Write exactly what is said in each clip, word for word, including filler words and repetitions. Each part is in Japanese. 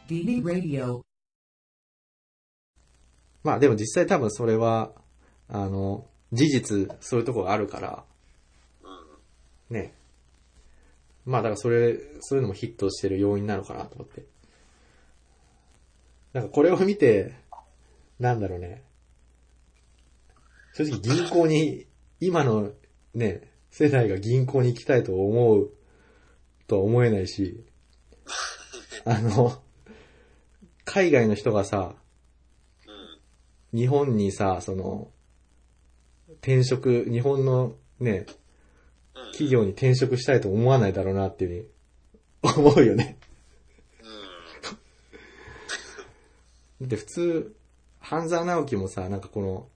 ディービー Radio。 まあでも実際多分それは、あの、事実、そういうところがあるから、ね。まあだからそれ、そういうのもヒットしてる要因なのかなと思って。なんかこれを見て、なんだろうね。正直銀行に、今のね、世代が銀行に行きたいと思うとは思えないし、あの、海外の人がさ、日本にさ、その、転職、日本のね、企業に転職したいと思わないだろうなっていうふうに思うよね。だって普通、半沢直樹もさ、なんかこの、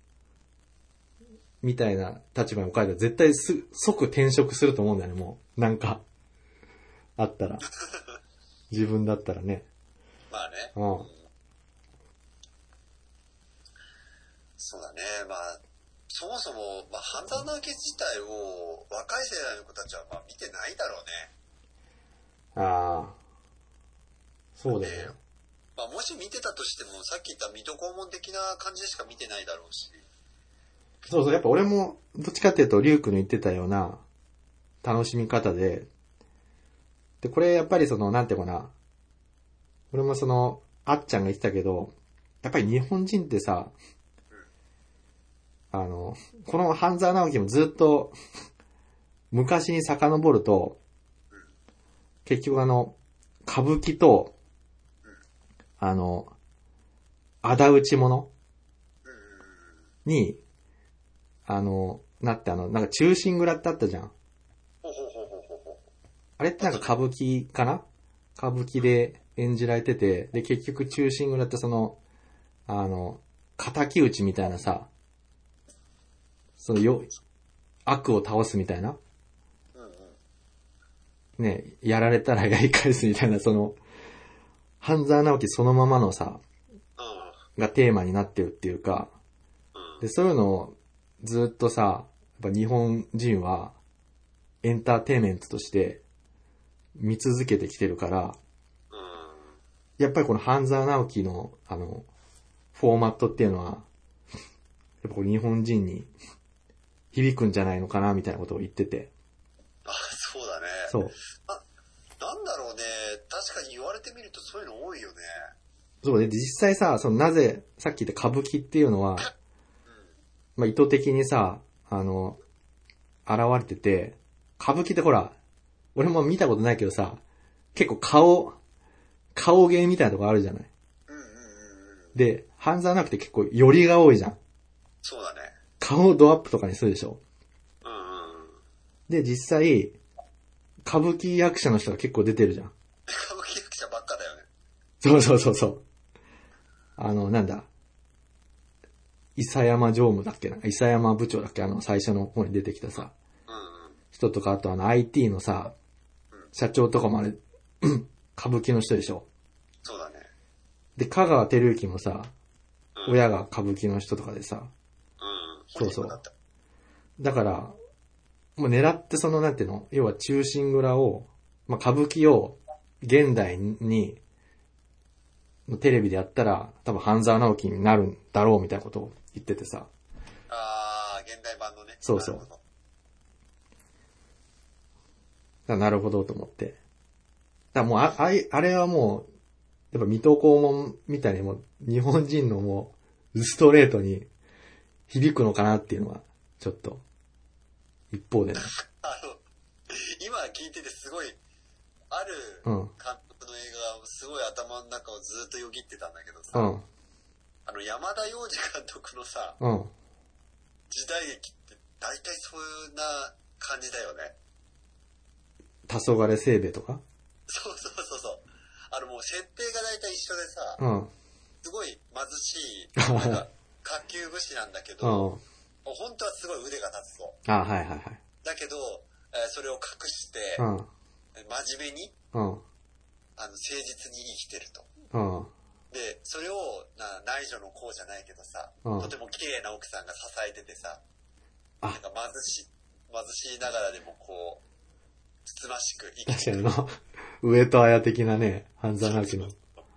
みたいな立場に置かれたら絶対す即転職すると思うんだよね、もう。なんか、あったら。自分だったらね。 まあね。 うん。 そうだね。まあ、そもそも、まあ、半沢直樹自体を若い世代の子たちはまあ見てないだろうね。 ああ。そうだよね。 まあ、もし見てたとしても、さっき言った水戸黄門的な感じでしか見てないだろうし。 そうそう、やっぱ俺も、どっちかっていうと、リュウ君の言ってたような、楽しみ方で、で、これやっぱりその、なんていうかな、俺もその、あっちゃんが言ってたけど、やっぱり日本人ってさ、あの、この半沢直樹もずっと、昔に遡ると、結局あの、歌舞伎と、あの、仇討ち者に、あの、なってあの、なんか忠臣蔵ってあったじゃん。あれってなんか歌舞伎かな？歌舞伎で演じられてて、で、結局忠臣蔵ってその、あの、仇討ちみたいなさ、そのよ、悪を倒すみたいな、ね、やられたらやり返すみたいな、その、半沢直樹そのままのさ、がテーマになってるっていうか、で、そういうのをずっとさ、やっぱ日本人はエンターテインメントとして見続けてきてるから、やっぱりこの半沢直樹のあの、フォーマットっていうのは、やっぱこれ日本人に響くんじゃないのかなみたいなことを言ってて。 あ、そうだね。 そう。 あ、なんだろうね。確かに言われてみるとそういうの多いよね。 そうで、実際さ、そのなぜ、さっき言った歌舞伎っていうのは、まあ、意図的にさ、あの、現れてて、歌舞伎ってほら、俺も見たことないけどさ、結構顔、顔芸みたいなとこあるじゃない。 うんうんうんうん。 で、半沢直樹って結構寄りが多いじゃん。 そうだね。 顔をドアップとかにするでしょ。 うんうんうん。 で、実際、歌舞伎役者の人が結構出てるじゃん。 歌舞伎役者ばっかだよね。 そうそうそうそう。あの、なんだ。伊佐山常務だっけな。伊佐山部長だっけあの、最初の方に出てきたさ。 うんうん。 人とか、あとあの アイティー のさ、社長とかもあれ、歌舞伎の人でしょ。 そうだね。 で、香川照之もさ、 うん、 親が歌舞伎の人とかでさ、 うん。 そうそう。だから、もう狙ってその、なんていうの、要は忠臣蔵を、まあ、歌舞伎を現代に、テレビでやったら、多分半沢直樹になるんだろうみたいなことを言っててさ。 あー、現代版のね。 そうそう。だなるほどと思って。だもうあ、あい、あれはもう、やっぱ水戸黄門みたいにもう、日本人のもう、ストレートに響くのかなっていうのは、ちょっと、一方でね。 あの、今聞いててすごい、ある監督の映画、すごい頭の中をずっとよぎってたんだけどさ、 うん、 あの、山田洋次監督のさ、 うん、 時代劇って大体そういうな感じだよね。 黄昏清兵衛とかそうそうそうそう。あのもう設定が大体一緒でさ、 うん。 すごい貧しい、なんか、下級武士なんだけど、 うん。 本当はすごい腕が立つと。 あ、はいはいはい。 だけど、えーそれを隠して、 うん。 真面目に、 うん。 あの、誠実に生きてると。 うん。 で、それを、な内助の功じゃないけどさ、 うんとても綺麗な奥さんが支えててさ、 あなんか貧しい、貧しいながらでもこう、つつましく生き確かてる。 にの、上戸彩的なね、半沢直樹の。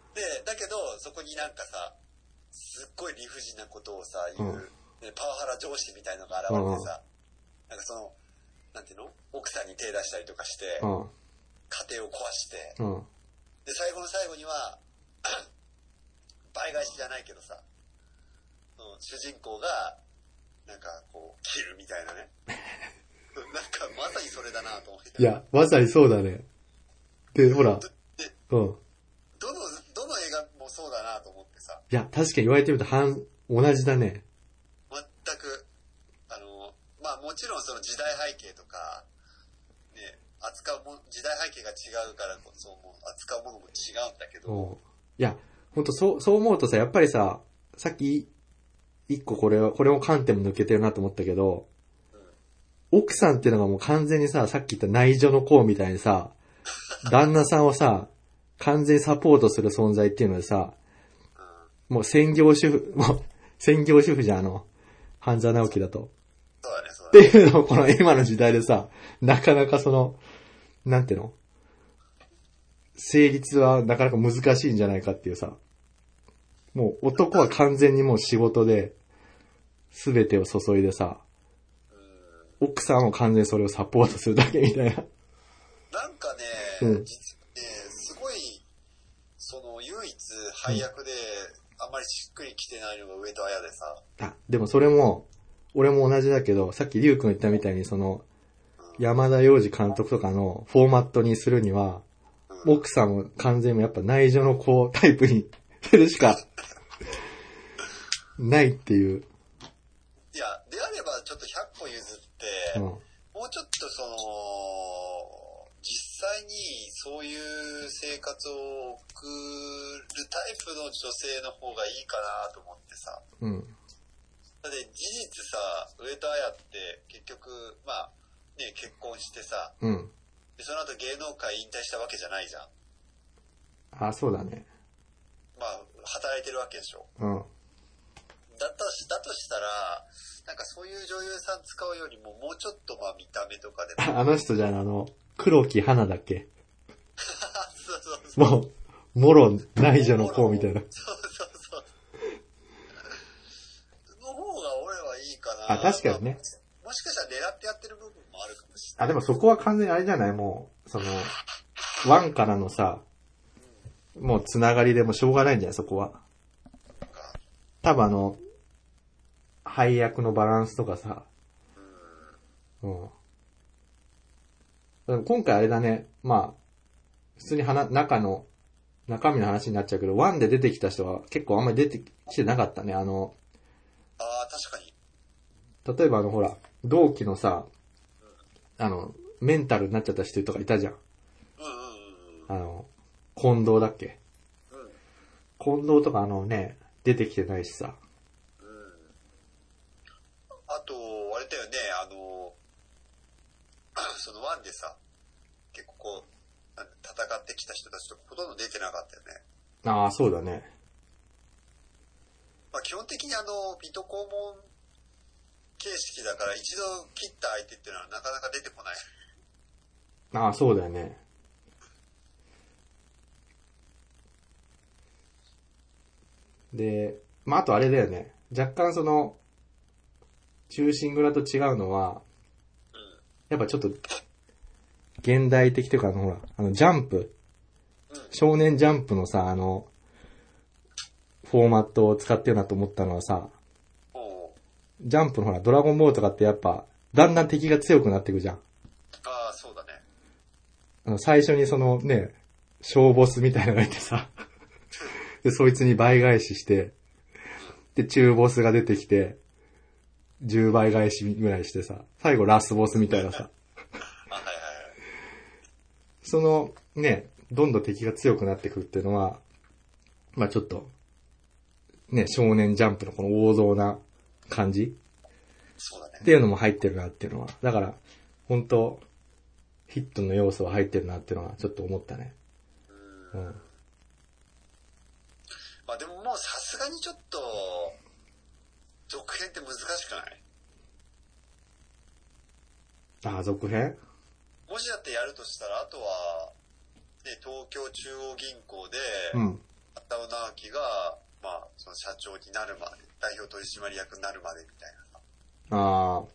で、だけど、そこになんかさ、すっごい理不尽なことをさ、言う、うん、ね、パワハラ上司みたいのが現れてさ、うん、なんかその、なんていうの？奥さんに手出したりとかして、うん、家庭を壊して、うん、で、最後の最後には、倍返しじゃないけどさ、主人公が、なんかこう、切るみたいなね。なんかまさにそれだなと思って。 いや、まさにそうだね。で、ほら、で、うん。 どの、どの映画もそうだなと思ってさ。 いや、確かに言われてみると半、同じだね。 全く、あの、まあもちろんその時代背景とか、ね、扱うも、時代背景が違うからこそ、もう扱うものも違うんだけど。 いや、ほんとそう、そう思うとさ、やっぱりさ、さっき、一個これは、これも観点も抜けてるなと思ったけど、うん、奥さんっていうのがもう完全にさ、さっき言った内助の功みたいにさ、旦那さんをさ、完全にサポートする存在っていうのでさ、うん、もう専業主婦、もう、専業主婦じゃん、あの、半沢直樹だと。 そうだね、そうだね。 っていうのをこの今の時代でさ、なかなかその、なんていうの？成立はなかなか難しいんじゃないかっていうさ、もう男は完全にもう仕事で、すべてを注いでさ、奥さんも完全にそれをサポートするだけみたいな。 なんかね、うん、実はね、すごい、その唯一配役で、あんまりしっくりきてないのが上戸彩でさ。 あ、でもそれも、俺も同じだけど、さっきリュウ君言ったみたいにその、うん、山田洋次監督とかのフォーマットにするには、うん、奥さんを完全にやっぱ内助の子タイプにするしかないっていう。 いや、であればちょっとひゃっぽ譲って、うん、もうちょっとその、実際にそういう生活を送るタイプの女性の方がいいかなと思ってさ。うん。だって事実さ、上戸彩って結局、まあ、ね、結婚してさ、うん。で、その後芸能界引退したわけじゃないじゃん。 あ、そうだね。 まあ、働いてるわけでしょ。うん。だとし、だとしたら、なんかそういう女優さん使うよりも、もうちょっとまあ見た目とかでも。 あの人じゃあ、あの、黒木花だっけそうそうそう。 もう、もろ内助の子みたいな。 そうそうそう。の方が俺はいいかな。 あ、確かにね。 まあ、もしかしたら狙ってやってる部分もあるかもしれない。 あ、でもそこは完全にあれじゃないもう、その、ワンからのさ、うん、もうつながりでもしょうがないんじゃないそこは。多分あの、配役のバランスとかさ、うん。今回あれだね、まあ、普通にはな中の、中身の話になっちゃうけど、ワンで出てきた人は結構あんまり出てきてなかったね、あの、 ああ、確かに。例えばあのほら、同期のさ、うん、あの、メンタルになっちゃった人とかいたじゃん。うんうんうん、あの、近藤だっけ、うん、近藤とかあのね、出てきてないしさ。うん。 あと、あれだよね、あの、そのワンでさ、結構こう、戦ってきた人たちとかほとんど出てなかったよね。 ああ、そうだね。 まあ基本的にあの、水戸黄門形式だから一度切った相手っていうのはなかなか出てこない。 ああ、そうだよね。で、まあ、あとあれだよね。若干その、忠臣蔵と違うのは、やっぱちょっと、現代的というか、あの、ほら、あの、ジャンプ、少年ジャンプのさ、あの、フォーマットを使ってるなと思ったのはさ、ジャンプのほら、ドラゴンボールとかってやっぱ、だんだん敵が強くなっていくじゃん。 ああ、そうだね。 あの、最初にそのね、小ボスみたいなのがいてさ、で、そいつに倍返しして、で、中ボスが出てきて、じゅうばい返しぐらいしてさ、最後ラスボスみたいなさ。その、ね、どんどん敵が強くなってくるっていうのは、まあちょっと、ね、少年ジャンプのこの王道な感じそうだね。 っていうのも入ってるなっていうのは。だから、本当ヒットの要素は入ってるなっていうのはちょっと思ったね。うん。うん、 まあでももうさすがにちょっと、続編って難しくない？ ああ、続編？ もしだってやるとしたら、あとは、ね、東京中央銀行で、 うん、 片尾直樹が、まあ、その社長になるまで、代表取締役になるまでみたいな。 ああ。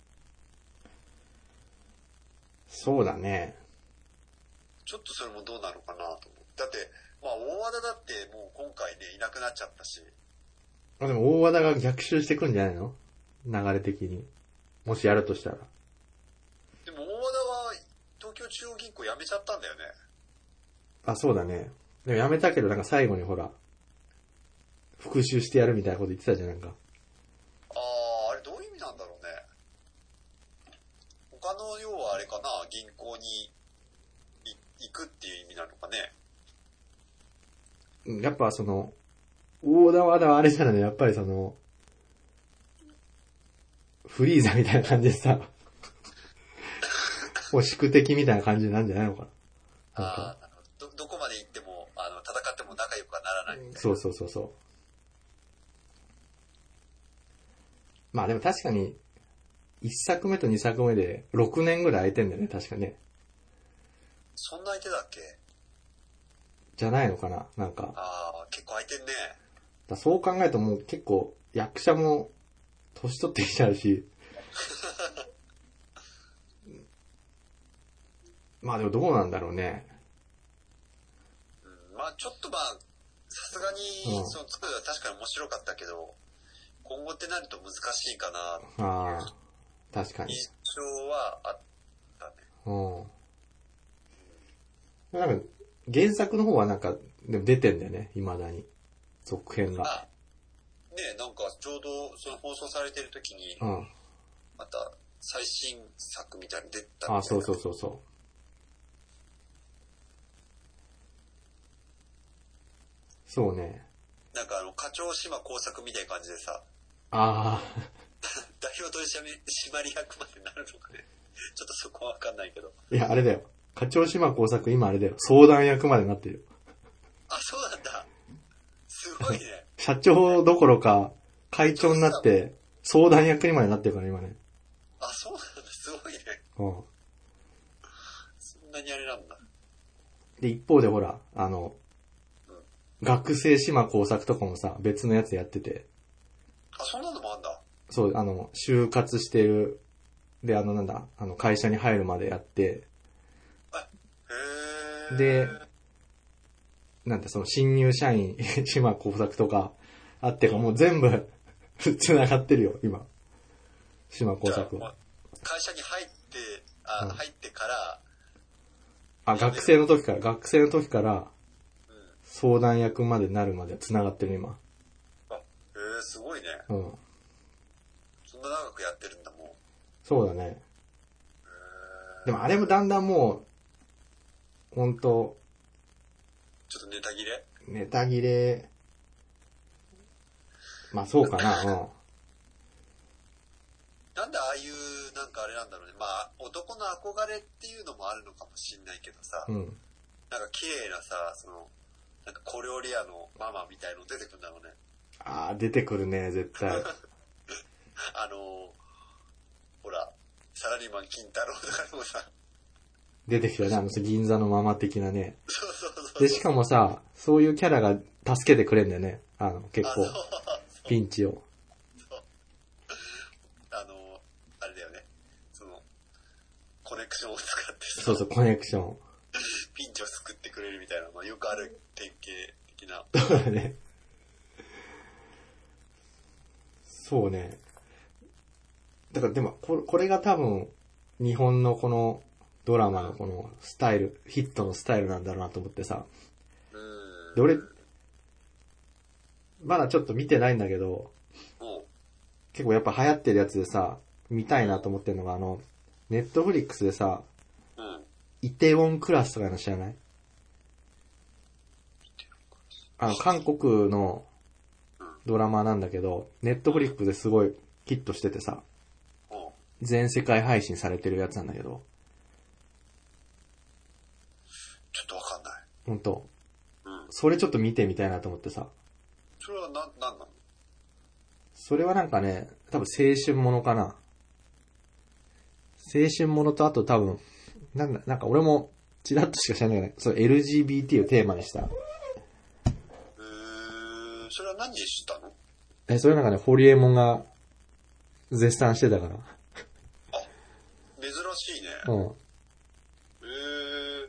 そうだね。 ちょっとそれもどうなのかなと思う。だって、まあ、大和田だってもう今回ね、いなくなっちゃったし。 あ、でも大和田が逆襲してくんじゃないの？流れ的に。もしやるとしたら。 でも大和田は東京中央銀行辞めちゃったんだよね。 あ、そうだね。でも辞めたけどなんか最後にほら、復讐してやるみたいなこと言ってたじゃん、なんか。 ああ、あれどういう意味なんだろうね。他の要はあれかな、銀行に行くっていう意味なのかね。 やっぱその、大田はあれじゃないの、やっぱりその、フリーザみたいな感じでさ、もう宿敵みたいな感じなんじゃないのかな。 ああ、ど、どこまで行っても、あの、戦っても仲良くはならないみたいな。 そうそうそうそう。まあでも確かに、いっさくめとにさくめでろくねんぐらい空いてんだよね、確かね。 そんな相手だっけ？ じゃないのかな、なんか。 ああ、結構空いてんね。 だそう考えるともう結構役者も年取ってきちゃうし。まあでもどうなんだろうね。 うん、まあちょっとまあ、さすがに、うん、その作るのは確かに面白かったけど、今後ってなると難しいかな。 ああ、確かに。 印象はあったね。 うん。なんか、原作の方はなんか、でも出てんだよね、未だに。続編が。 あ、ねえ、なんかちょうどその放送されてる時に、 うん。 また最新作みたいに出たみたいな。 あ、そうそうそうそう。そうね。 なんかあの、課長島工作みたいな感じでさ。 ああ。 代表取締役までなるのかね。ちょっとそこはわかんないけど。 いや、あれだよ。課長島工作今あれだよ。相談役までなってるよ。 あ、そうなんだ。すごいね。 社長どころか、会長になって、相談役にまでなってるから、今ね。 あ、そうなんだ。すごいね。 うん。 そんなにあれなんだ。 で、一方でほら、あの、うん、学生島工作とかもさ、別のやつやってて。 あ、そんなのもあんだ。 そう、あの、就活してる、で、あの、なんだ、あの、会社に入るまでやって、 へー。 で、なんてその新入社員、島工作とかあってか、もう全部繋がってるよ、今。島工作は。 会社に入って、あ、うん、入ってから、 あ、学生の時から、学生の時から、相談役までなるまで繋がってる、今。 あ、へえ、すごいね。 うん。 そんな長くやってるんだもん。 そうだね。でもあれもだんだんもう、ほんと、 ちょっとネタ切れ？ ネタ切れ、まあそうかな、うん。 なんでああいう、なんかあれなんだろうね。まあ、男の憧れっていうのもあるのかもしんないけどさ、 うん、 なんか綺麗なさ、その、なんか小料理屋のママみたいの出てくるんだろうね。 ああ、出てくるね、絶対。 あの、ほら、サラリーマン金太郎とかでもさ、 出てきたね、あの銀座のママ的なね。 そうそうそうそう。 で、しかもさ、そういうキャラが助けてくれんだよね。あの、結構、ピンチを。 そう。あの、あれだよね。その、コネクションを使ってさ。 そうそう、コネクション。 ピンチを救ってくれるみたいな、まあよくある典型的な。 そうだね。そうね。だからでも、これが多分、日本のこの、ドラマのこのスタイル、ヒットのスタイルなんだろうなと思ってさ。で、俺、まだちょっと見てないんだけど、結構やっぱ流行ってるやつでさ、見たいなと思ってるのが、あの、ネットフリックスでさ、イテウォンクラスとかの知らない？あの、韓国のドラマなんだけど、ネットフリックスですごいヒットしててさ、全世界配信されてるやつなんだけど、 ちょっとわかんない。 ほんと。 うん。 それちょっと見てみたいなと思ってさ。 それはな、なんなの？ それはなんかね、多分青春ものかな。青春ものとあと多分、なんだ、なんか俺もチラッとしか知らないけど、それ エルジービーティー をテーマにした。 それは何で知ったの？ え、それなんかね、ホリエモンが絶賛してたから。 あ、珍しいね。 うん。 へえ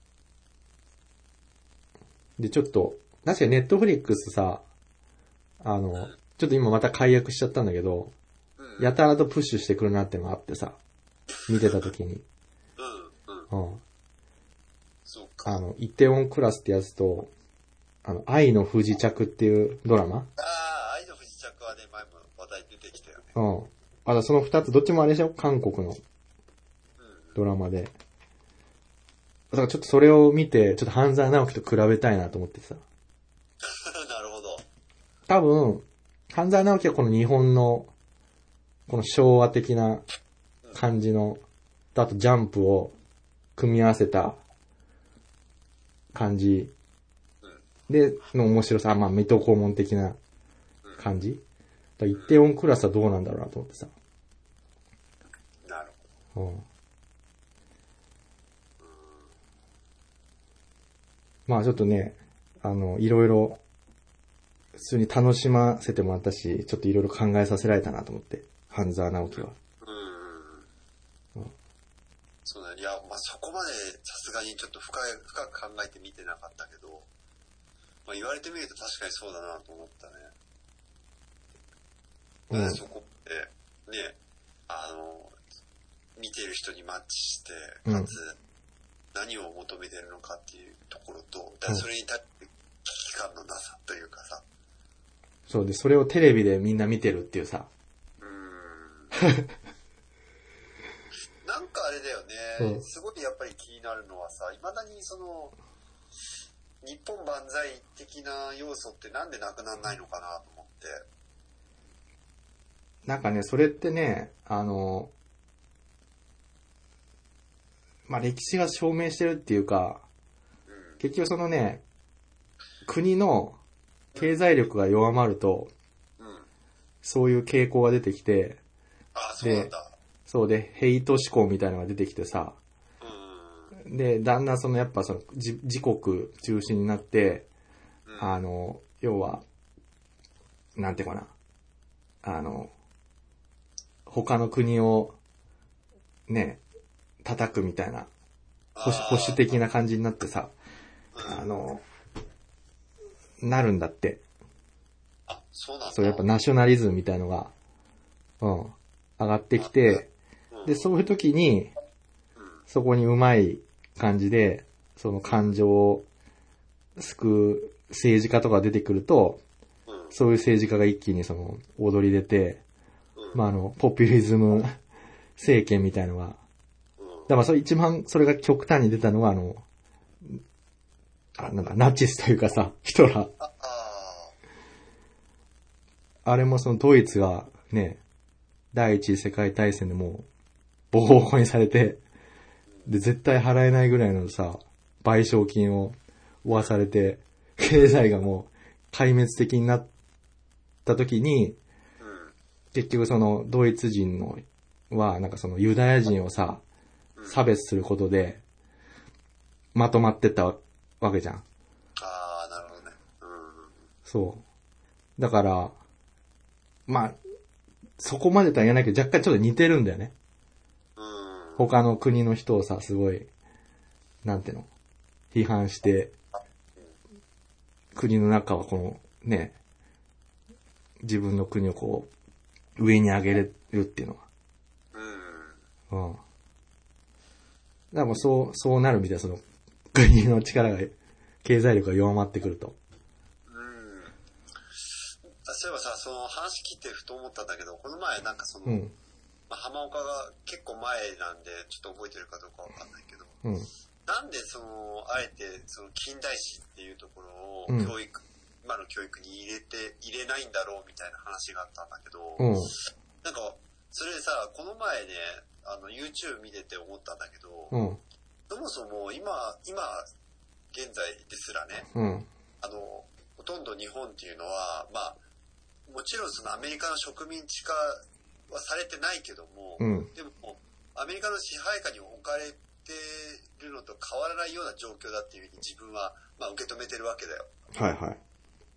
ー。で、ちょっと、確かにネットフリックスさ、あの、うん、ちょっと今また解約しちゃったんだけど、うん、やたらとプッシュしてくるなってのがあってさ、見てた時に。うん、うん。うん。 そうか。 あの、イテウォンクラスってやつと、あの、愛の不時着っていうドラマ？ ああ、愛の不時着はね、前も話題出てきたよね。 うん。あとその二つ、どっちもあれでしょ？韓国のドラマで。うん、だからちょっとそれを見て、ちょっと半沢直樹と比べたいなと思ってさ。 なるほど。 多分、半沢直樹はこの日本の、この昭和的な感じの、うん、あとジャンプを組み合わせた感じで、の面白さ、まあ、水戸黄門的な感じ。だイテウォンクラスはどうなんだろうなと思ってさ。 なるほど。うん。 まあちょっとね、あの、いろいろ、普通に楽しませてもらったし、ちょっといろいろ考えさせられたなと思って、半沢直樹は。 うん。うん。そうだね。いや、まあそこまでさすがにちょっと深い、深く考えて見てなかったけど、まあ、言われてみると確かにそうだなと思ったね。うん、そこって、ね、あの、見てる人にマッチして、かつ、何を求めてるのかっていうところと、だそれに対して危機感のなさというかさ。 そうで、それをテレビでみんな見てるっていうさ。 うーん。なんかあれだよね、すごいやっぱり気になるのはさ、未だにその、日本万歳的な要素ってなんでなくならないのかなと思って。 なんかね、それってね、あの、まあ、歴史が証明してるっていうか、うん、結局そのね、国の経済力が弱まると、うん、そういう傾向が出てきて、 あ、そうなんだ。 そうで、ヘイト思考みたいなのが出てきてさ、で、だんだんそのやっぱその自国中心になって、うん、あの、要は、なんていうかな、あの、他の国を、ね、叩くみたいな、保守、保守的な感じになってさ、あ, あの、なるんだって。 あ、そうなんだ。 そう、やっぱナショナリズムみたいのが、うん、上がってきて、うん、で、そういう時に、そこにうまい感じで、その感情を救う政治家とか出てくると、うん、そういう政治家が一気にその踊り出て、うん、まああの、ポピュリズム政権みたいのが、うん、だからそれ一番それが極端に出たのはあの、あ、なんだ、ナチスというかさ、ヒトラー。あ, あれもそのドイツがね、第一次世界大戦でもうボコボコにされて、で、絶対払えないぐらいのさ、賠償金を負わされて、経済がもう壊滅的になった時に、うん、結局そのドイツ人のは、なんかそのユダヤ人をさ、差別することで、まとまってったわけじゃん。 ああ、なるほどね。うん。 そう。だから、まあ、そこまでとは言えないけど、若干ちょっと似てるんだよね。他の国の人をさ、すごい、なんていうの、批判して、国の中はこの、ね、自分の国をこう、上に上げれるっていうのは。うん。うん。だからもうそう、そうなるみたいな、その、国の力が、経済力が弱まってくると。 うん。そういえばさ、その話聞いてふと思ったんだけど、この前なんかその、うん浜岡が結構前なんでちょっと覚えてるかどうかわかんないけど、うん、なんでそのあえてその近代史っていうところを教育、うん、今の教育に入れて入れないんだろうみたいな話があったんだけど、うん、なんかそれでさこの前ねあの YouTube 見てて思ったんだけど、うん、そもそも今今現在ですらね、うん、あのほとんど日本っていうのはまあもちろんそのアメリカの植民地化はされてないけども、うん、でもアメリカの支配下に置かれてるのと変わらないような状況だっていうふうに自分は、まあ、受け止めてるわけだよ。 はいはい。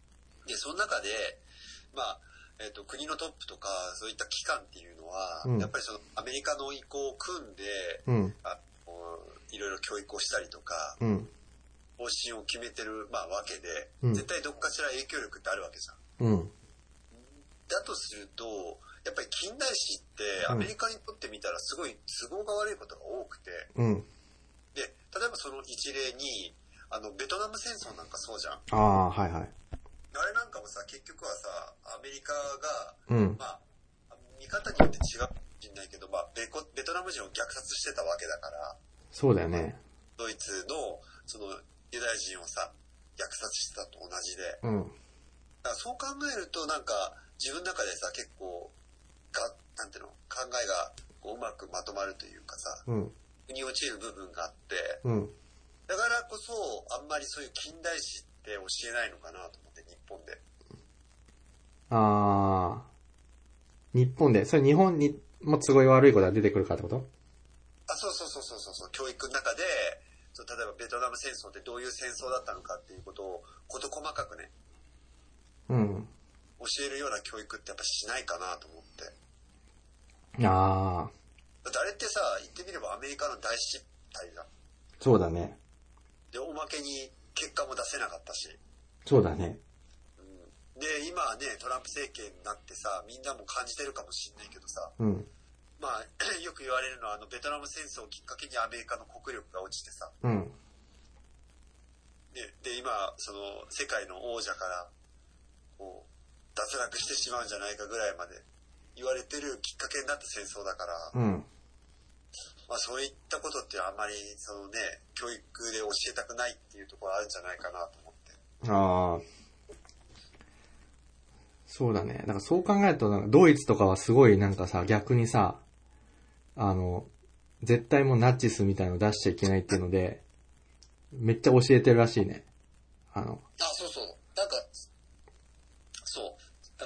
で、その中で、まあ、えっと、国のトップとか、そういった機関っていうのは、 うん、 やっぱりそのアメリカの意向を組んで、 うん、 あいろいろ教育をしたりとか、 うん、 方針を決めてる、まあ、わけで、 うん、 絶対どっかしら影響力ってあるわけじゃん。うん。 だとすると、やっぱり近代史ってアメリカにとってみたらすごい都合が悪いことが多くて、 うん。 で、例えばその一例に、あの、ベトナム戦争なんかそうじゃん。 ああ、はいはい。 あれなんかもさ、結局はさ、アメリカが、 うん。 まあ、見方によって違うかもしれないけど、まあベコ、ベトナム人を虐殺してたわけだから、 そうだよね。 ドイツの、その、ユダヤ人をさ、虐殺してたと同じで。 うん。 だからそう考えると、なんか、自分の中でさ、結構、が、なんていうの、考えがこううまくまとまるというかさ、 うん。 腑に落ちる部分があって、 うん。 だからこそ、あんまりそういう近代史って教えないのかなと思って、日本で。 ああ、日本で、それ日本にも都合悪いことが出てくるかってこと？ あ、そうそうそうそうそう、教育の中で、そう例えばベトナム戦争ってどういう戦争だったのかっていうことを事細かくね、 うん。 教えるような教育ってやっぱしないかなと思って。 ああ。 だってあれってさ、言ってみればアメリカの大失態だ。 そうだね。 で、おまけに結果も出せなかったし。 そうだね。 うん、で、今ね、トランプ政権になってさ、みんなも感じてるかもしんないけどさ、 うん。 まあ、よく言われるのは、あの、ベトナム戦争をきっかけにアメリカの国力が落ちてさ、 うん。 で、で今、その、世界の王者から、こう、脱落してしまうんじゃないかぐらいまで言われてるきっかけになった戦争だから、 うん。 まあそういったことってあんまり、そのね、教育で教えたくないっていうところあるんじゃないかなと思って。 ああ。そうだね。だからそう考えると、なんかドイツとかはすごいなんかさ、逆にさ、あの、絶対もうナチスみたいの出しちゃいけないっていうので、めっちゃ教えてるらしいね。あの。 あ、そうそう。なんか、そう。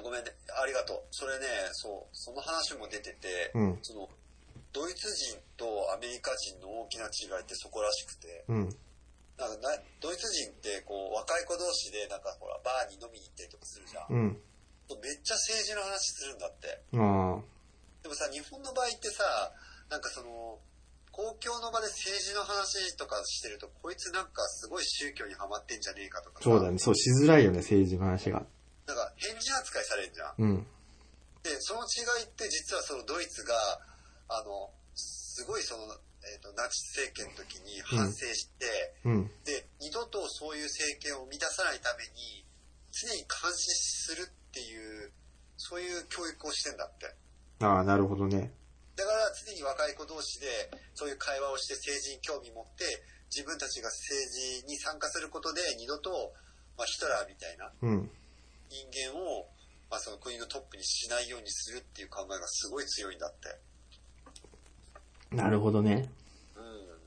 ごめんね。ありがとう。それね、そう。その話も出てて、 うん。 その、ドイツ人とアメリカ人の大きな違いってそこらしくて、 うん。 なんかなドイツ人ってこう若い子同士でなんかほらバーに飲みに行ったりとかするじゃん。 うん。 めっちゃ政治の話するんだって。 ああ。 でもさ、日本の場合ってさ、なんかその、公共の場で政治の話とかしてると、こいつなんかすごい宗教にハマってんじゃねえかとかさ。 そうだね。そう、しづらいよね、政治の話が。 なんか変人扱いされるじゃん。 うん。 で、その違いって実はそのドイツが、あの、すごいその、えっと、ナチス政権の時に反省して、 うん。 で、二度とそういう政権を生み出さないために、常に監視するっていう、そういう教育をしてんだって。 ああ、なるほどね。 だから常に若い子同士でそういう会話をして政治に興味持って自分たちが政治に参加することで二度と、まあ、ヒトラーみたいな人間を、まあ、その国のトップにしないようにするっていう考えがすごい強いんだって。 なるほどね。 うん。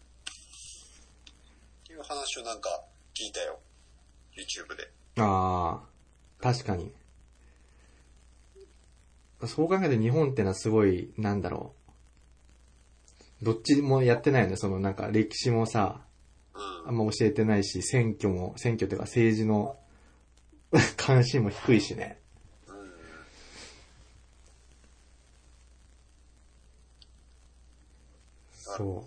っていう話をなんか聞いたよ。YouTube で。 ああ、確かに。そう考えて日本ってのはすごい、なんだろう。どっちもやってないよね。そのなんか歴史もさ、 うん、 あんま教えてないし、選挙も、選挙っていうか政治の関心も低いしね。 うん。 そう。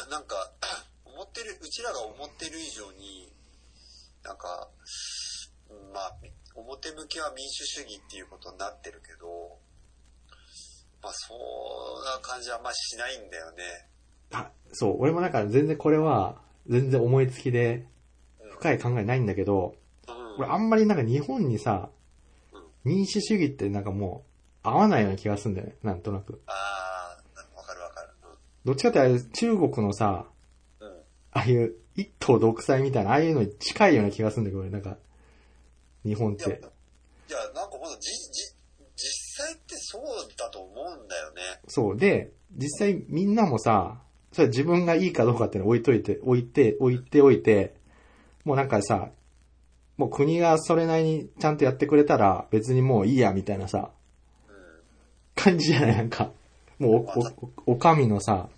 なんか、思ってる、うちらが思ってる以上に、なんか、まあ、表向きは民主主義っていうことになってるけど、まあ、そんな感じはあんましないんだよね。 あ、そう。俺もなんか全然これは、全然思いつきで、深い考えないんだけど、うん、俺あんまりなんか日本にさ、うん、民主主義ってなんかもう、合わないような気がするんだよね。なんとなく。 ああ、わかるわかる。うん、 どっちかってあれ、中国のさ、うん、ああいう一党独裁みたいな、ああいうのに近いような気がするんだけど、俺なんか、日本って。いや、 いやなんかほんと、じ、じ、実際ってそうだと思うんだよね。 そう。で、実際みんなもさ、それ自分がいいかどうかっていうのを置いといて、置いて、置いておいて、もうなんかさ、もう国がそれなりにちゃんとやってくれたら別にもういいやみたいなさ、うん、感じじゃないなんか、もうお、お、お上のさ、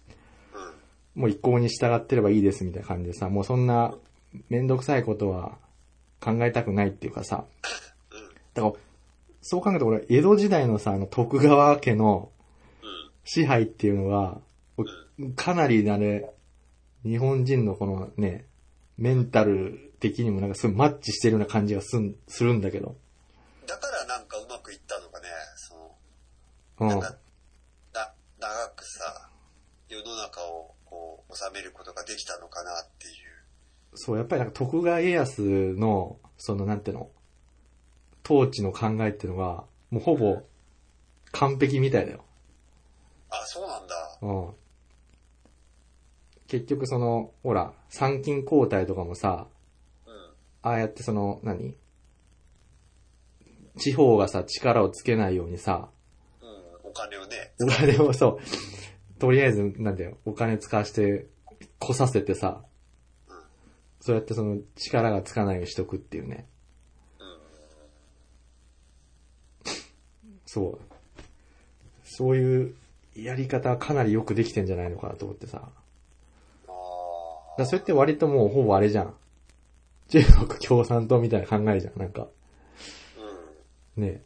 うん、もう意向に従ってればいいですみたいな感じでさ、もうそんなめんどくさいことは考えたくないっていうかさ、だからそう考えると俺江戸時代のさ、あの徳川家の支配っていうのがかなりあれ日本人のこのねメンタル的にもなんかすごいマッチしてるような感じがすんするんだけど。 だからなんかうまくいったのかね、その、 うん、 なんかな長くさ世の中をこう治めることができたのかなっていう。 そうやっぱりなんか徳川家康のそのなんていうの統治の考えっていうのがもうほぼ完璧みたいだよ。 あ、そうなんだ。 うん。結局そのほら参勤交代とかもさ、 うん、 ああやってその何地方がさ力をつけないようにさ、 うん、お金をね、 お金をそうとりあえずなんだよお金使わしてこさせてさ、うん、そうやってその力がつかないようにしとくっていうね。うん、そうそういうやり方はかなりよくできてんじゃないのかなと思ってさ。だそれって割ともうほぼあれじゃん。中国共産党みたいな考えじゃん、なんか。うん。ねえ。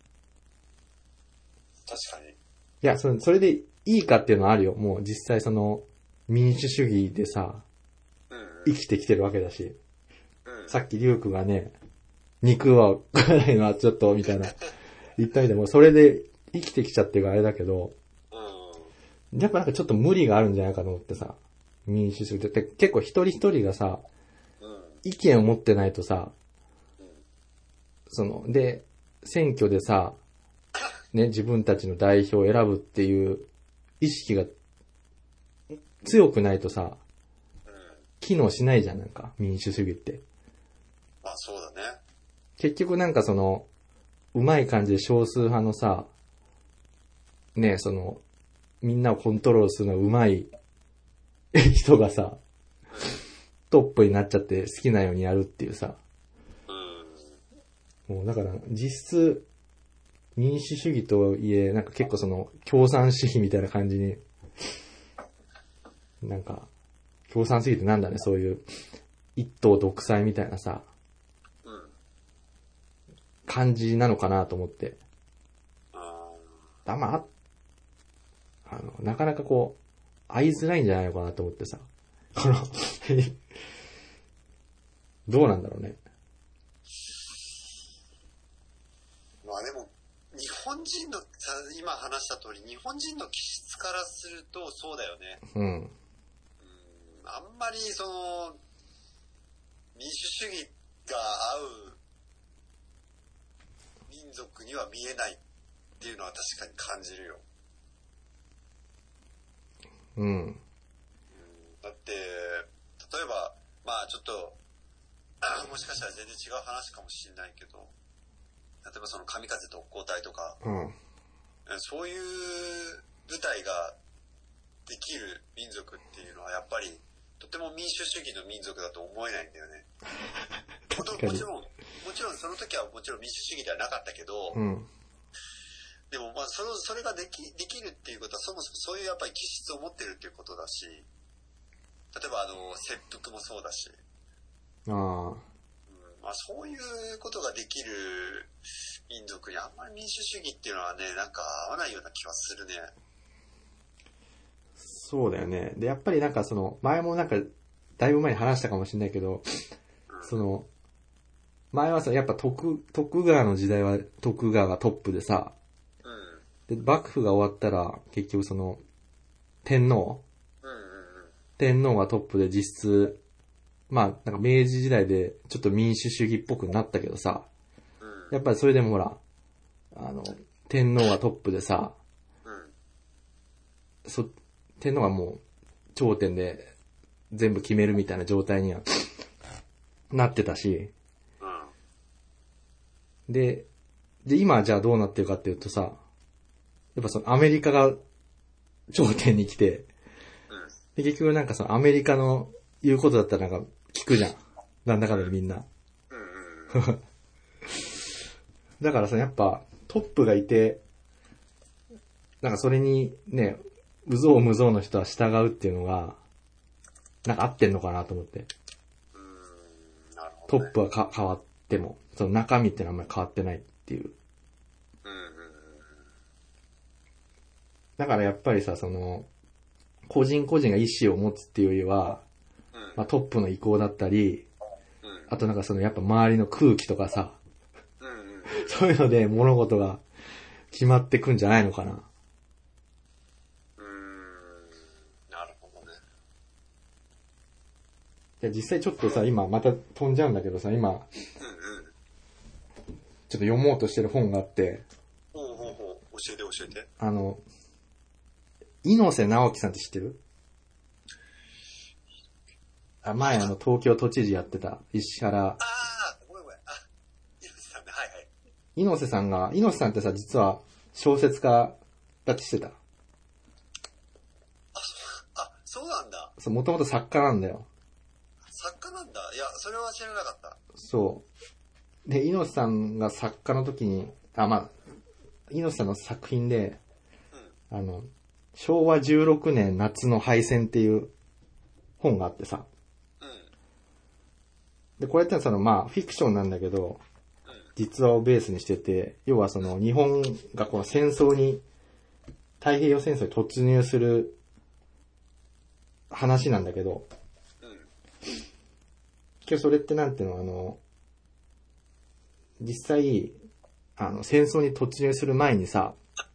確かに。いや、それ、それでいいかっていうのはあるよ。もう実際その、民主主義でさ、うんうん、生きてきてるわけだし。うん、さっきリュウクがね、肉は食わないのはちょっと、みたいな、言ったみたいな、もうそれで生きてきちゃってるからあれだけど、うん、やっぱなんかちょっと無理があるんじゃないかと思ってさ。民主主義って結構一人一人がさ、うん、意見を持ってないとさ、うん、その、で、選挙でさ、ね、自分たちの代表を選ぶっていう意識が強くないとさ、うん、機能しないじゃん、なんか、民主主義って。 まあそうだね。 結局なんかその、うまい感じで少数派のさ、ね、その、みんなをコントロールするのがうまい人がさ、トップになっちゃって好きなようにやるっていうさ。もうだから実質民主主義とはいえなんか結構その共産主義みたいな感じになんか共産主義ってなんだねそういう一党独裁みたいなさ感じなのかなと思って。だまああのなかなかこう会いづらいんじゃないのかなと思ってさ。このどうなんだろうね。 まあでも、日本人の、今話した通り、日本人の気質からするとそうだよね。うん。うん、あんまりその、民主主義が合う民族には見えないっていうのは確かに感じるよ。 うん。 だって、例えば、まあちょっと、もしかしたら全然違う話かもしれないけど、例えばその神風特攻隊とか、うん、そういう部隊ができる民族っていうのはやっぱり、とても民主主義の民族だと思えないんだよね。もちろん、もちろんその時はもちろん民主主義ではなかったけど、うん、でもまあそれ、それができ、できるっていうことはそもそもそういうやっぱり気質を持ってるっていうことだし、例えばあの切腹もそうだし、あ、うん、まあそういうことができる民族にあんまり民主主義っていうのはねなんか合わないような気はするね。 そうだよね。でやっぱりなんかその前もなんかだいぶ前に話したかもしれないけど、うん、その前はさやっぱ徳徳川の時代は徳川がトップでさ、うん、で幕府が終わったら結局その天皇天皇がトップで実質、まあ、なんか明治時代でちょっと民主主義っぽくなったけどさ、うん、やっぱりそれでもほら、あの、天皇がトップでさ、うん、そ、天皇がもう頂点で全部決めるみたいな状態にはなってたし、うん、で、で、今じゃあどうなってるかっていうとさ、やっぱそのアメリカが頂点に来て、で結局なんかそのアメリカの言うことだったらなんか聞くじゃん。なんだかんだでみんな。だからさ、やっぱトップがいて、なんかそれにね、うぞうむぞうの人は従うっていうのが、なんか合ってんのかなと思って。 うーん、なるほトップはか変わっても、その中身ってのはあんまり変わってないっていう。 うんうんうん。 だからやっぱりさ、その、個人個人が意思を持つっていうよりは、 うん、 まあ、トップの意向だったり、 うん、 あとなんかそのやっぱ周りの空気とかさ、 うんうん、 そういうので物事が決まってくんじゃないのかな。 うーん、なるほどね。 いや実際ちょっとさ、今また飛んじゃうんだけどさ、今、 うんうん。 ちょっと読もうとしてる本があって、 ほうほうほう、教えて教えて。 あの、猪瀬直樹さんって知ってる？あ、前あの東京都知事やってた石原。 ああ、ごめんごめん。あ、猪瀬さんね、はいはい。 猪瀬さんが、猪瀬さんってさ、実は小説家だってしてた。 あ、あ、そうなんだ。 そう、もともと作家なんだよ。 作家なんだ。いや、それは知らなかった。 そう。で、猪瀬さんが作家の時に、あ、まあ、猪瀬さんの作品で、 うん、 あの、しょうわじゅうろくねん夏の敗戦っていう本があってさ。 うん、 で、これってその、まあ、フィクションなんだけど、 うん、 実話をベースにしてて、要はその、日本がこの戦争に、太平洋戦争に突入する話なんだけど、 うん、 今日それってなんていうの、あの、実際、あの、戦争に突入する前にさ、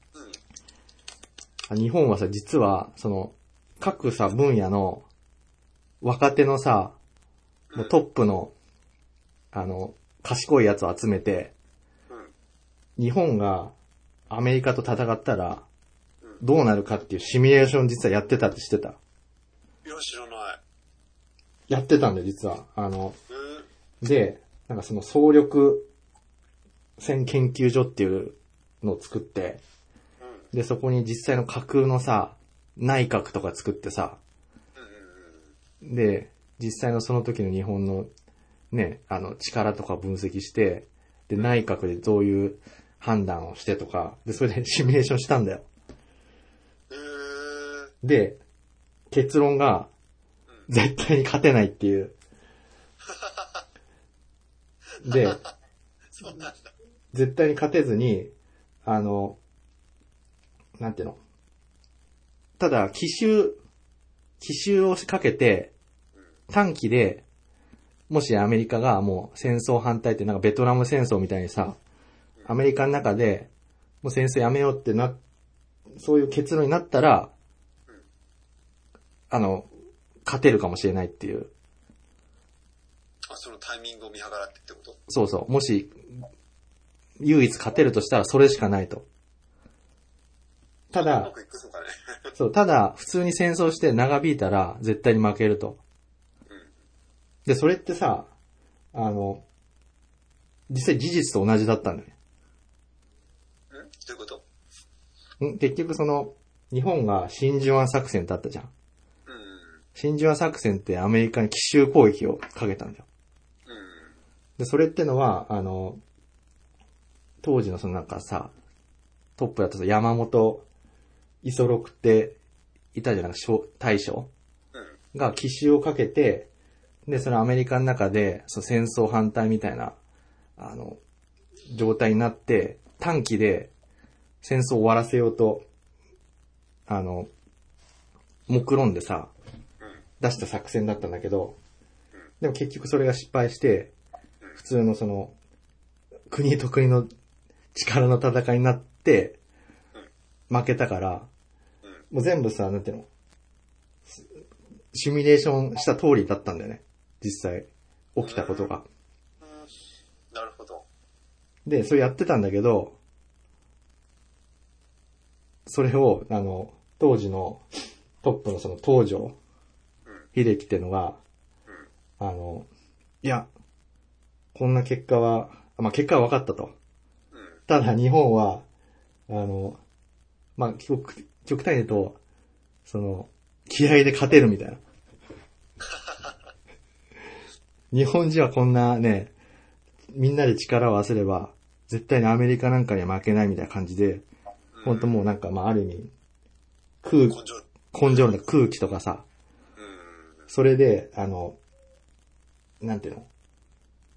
うん、 日本はさ、実は、その、各さ、分野の若手のさ、もうトップの、あの、賢いやつを集めて、 うん、 日本がアメリカと戦ったら、どうなるかっていうシミュレーション実はやってたって知ってた？ いや、知らない。 やってたんだよ、実は。あの、 えー、 で、なんかその総力戦研究所っていうのを作って、 うん、 で、そこに実際の架空のさ、内閣とか作ってさ、 うん、うん、 で、実際のその時の日本のね、あの力とか分析して、で、内閣でどういう判断をしてとか、で、それでシミュレーションしたんだよ。 えー、 で、結論が、絶対に勝てないっていう。で、 そうなんだ。 絶対に勝てずに、あの、なんていうの。ただ、奇襲、奇襲をかけて、短期で、もしアメリカがもう戦争反対ってなんかベトナム戦争みたいにさ、アメリカの中でもう戦争やめようってな、そういう結論になったら、あの、勝てるかもしれないっていう。 あ、そのタイミングを見計らってってこと？ そうそう。もし、唯一勝てるとしたらそれしかないと。ただ、 うまくいくのかね。 そう、ただ、普通に戦争して長引いたら絶対に負けると。で、それってさ、あの、実際事実と同じだったんだよね。 ん？どういうこと？ ん結局その、日本が真珠湾作戦だったじゃん。 うん、 真珠湾作戦ってアメリカに奇襲攻撃をかけたんだよ。 うん、 で、それってのは、あの、当時のそのなんかさ、トップだった山本五十六っていたじゃん、大将うん、 が奇襲をかけて、で、そのアメリカの中で、その戦争反対みたいな、あの、状態になって、短期で戦争を終わらせようと、あの、目論んでさ、出した作戦だったんだけど、でも結局それが失敗して、普通のその、国と国の力の戦いになって、負けたから、もう全部さ、なんていうの、シミュレーションした通りだったんだよね。実際、起きたことが。 うん、なるほど。 で、それやってたんだけど、それを、あの、当時のトップのその東条英機っていうのが、あの、いや、こんな結果は、まあ、結果は分かったと。ただ日本は、あの、まあ、極、極端に言うと、その、気合で勝てるみたいな。日本人はこんなね、みんなで力を合わせれば、絶対にアメリカなんかには負けないみたいな感じで、本当もうなんか、まあ、ある意味、空、根性の空気とかさ、それで、あの、なんていうの、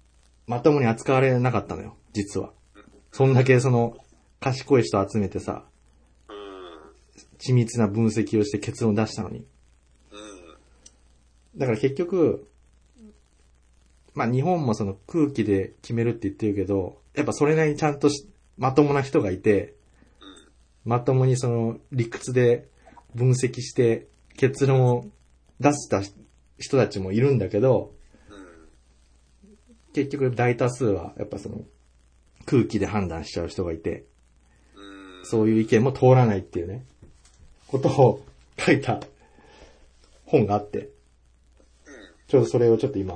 まともに扱われなかったのよ、実は。そんだけその、賢い人集めてさ、 うん。 緻密な分析をして結論出したのに。 うん。 だから結局、まあ日本もその空気で決めるって言ってるけど、やっぱそれなりにちゃんとしまともな人がいて、 うん。 まともにその理屈で分析して結論を出した人たちもいるんだけど、 うん。 結局大多数はやっぱその空気で判断しちゃう人がいて、 うん。 そういう意見も通らないっていうね、ことを書いた本があって、 うん。 ちょうどそれをちょっと今、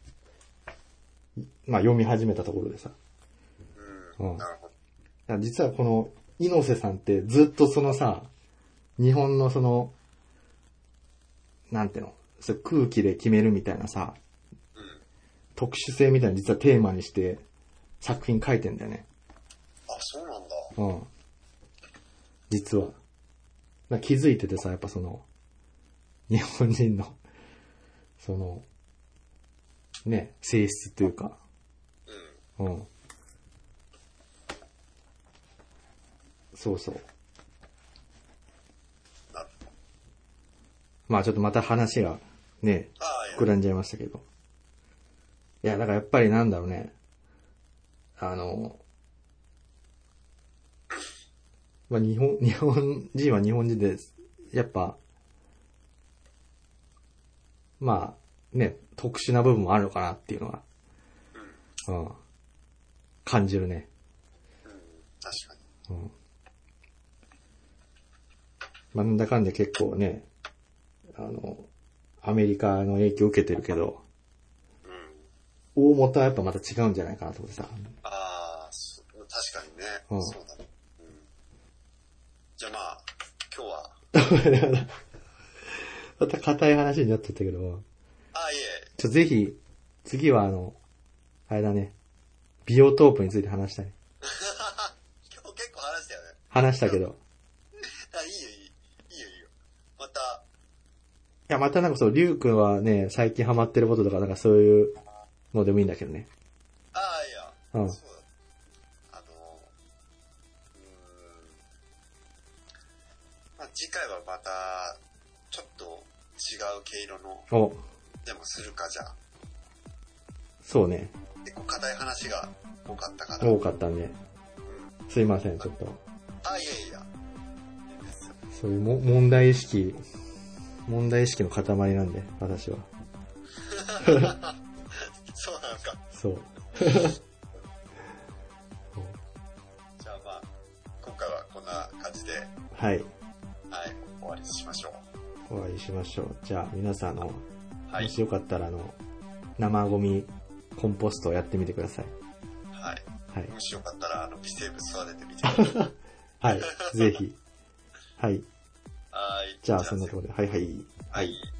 まあ読み始めたところでさ。 うん。 うん。 なるほど。 だから実はこの猪瀬さんってずっとそのさ、日本のその、なんていうの、それ空気で決めるみたいなさ、 うん。 特殊性みたいな実はテーマにして作品書いてんだよね。 あ、そうなんだ。 うん。実は。だから気づいててさ、やっぱその、日本人の、その、ね、性質というか、 うん。 うん。そうそう。 なるほど。 まあちょっとまた話がね、 ああ、いや。 膨らんじゃいましたけど。いや、だからやっぱりなんだろうね。あの、まあ日本、日本人は日本人で、やっぱ、まあね、特殊な部分もあるのかなっていうのは、 うん。 うん、感じるね。 うん。確かに。 うん。まあなんだかんだ結構ね、あの、アメリカの影響を受けてるけど、 うん。 大元はやっぱまた違うんじゃないかなと思ってさ。 ああ、そ確かにね。 うんそうだね。うん。じゃあまあ、今日は。 また硬い話になっちゃったけど、 ああ、いえ。 ちょ、ぜひ、次はあの、あれだね、ビオトープについて話したい。 今日結構話したよね。 話したけど。 あ、いいよ、いい。いいよ、いいよ。また。 いや、またなんかそう、リュウ君はね、最近ハマってることとか、なんかそういうのでもいいんだけどね。 ああ、いや。 うん。 そうだ。あの、うーん。まあ、次回はまた、ちょっと違う毛色の、 お、 でもするか、じゃあ。 そうね。 結構硬い話が多かったから。 多かったんで。すいません、ちょっと。 あ、いやいや。いいですよ。 そういうも問題意識、問題意識の塊なんで、私は。 そうなんか。 そう。 じゃあまあ、今回はこんな感じで、 はい。 はい、終わりにしましょう。 お会いしましょう。じゃあ、皆さん、あの、 はいもしよかったら、あの、生ゴミコンポストをやってみてください。 はい。 はい。 もしよかったら、あの、微生物育ててみてください。 はい。ぜひ。はい。 はい。 じゃあ、そんなところで。はいはい。 はい。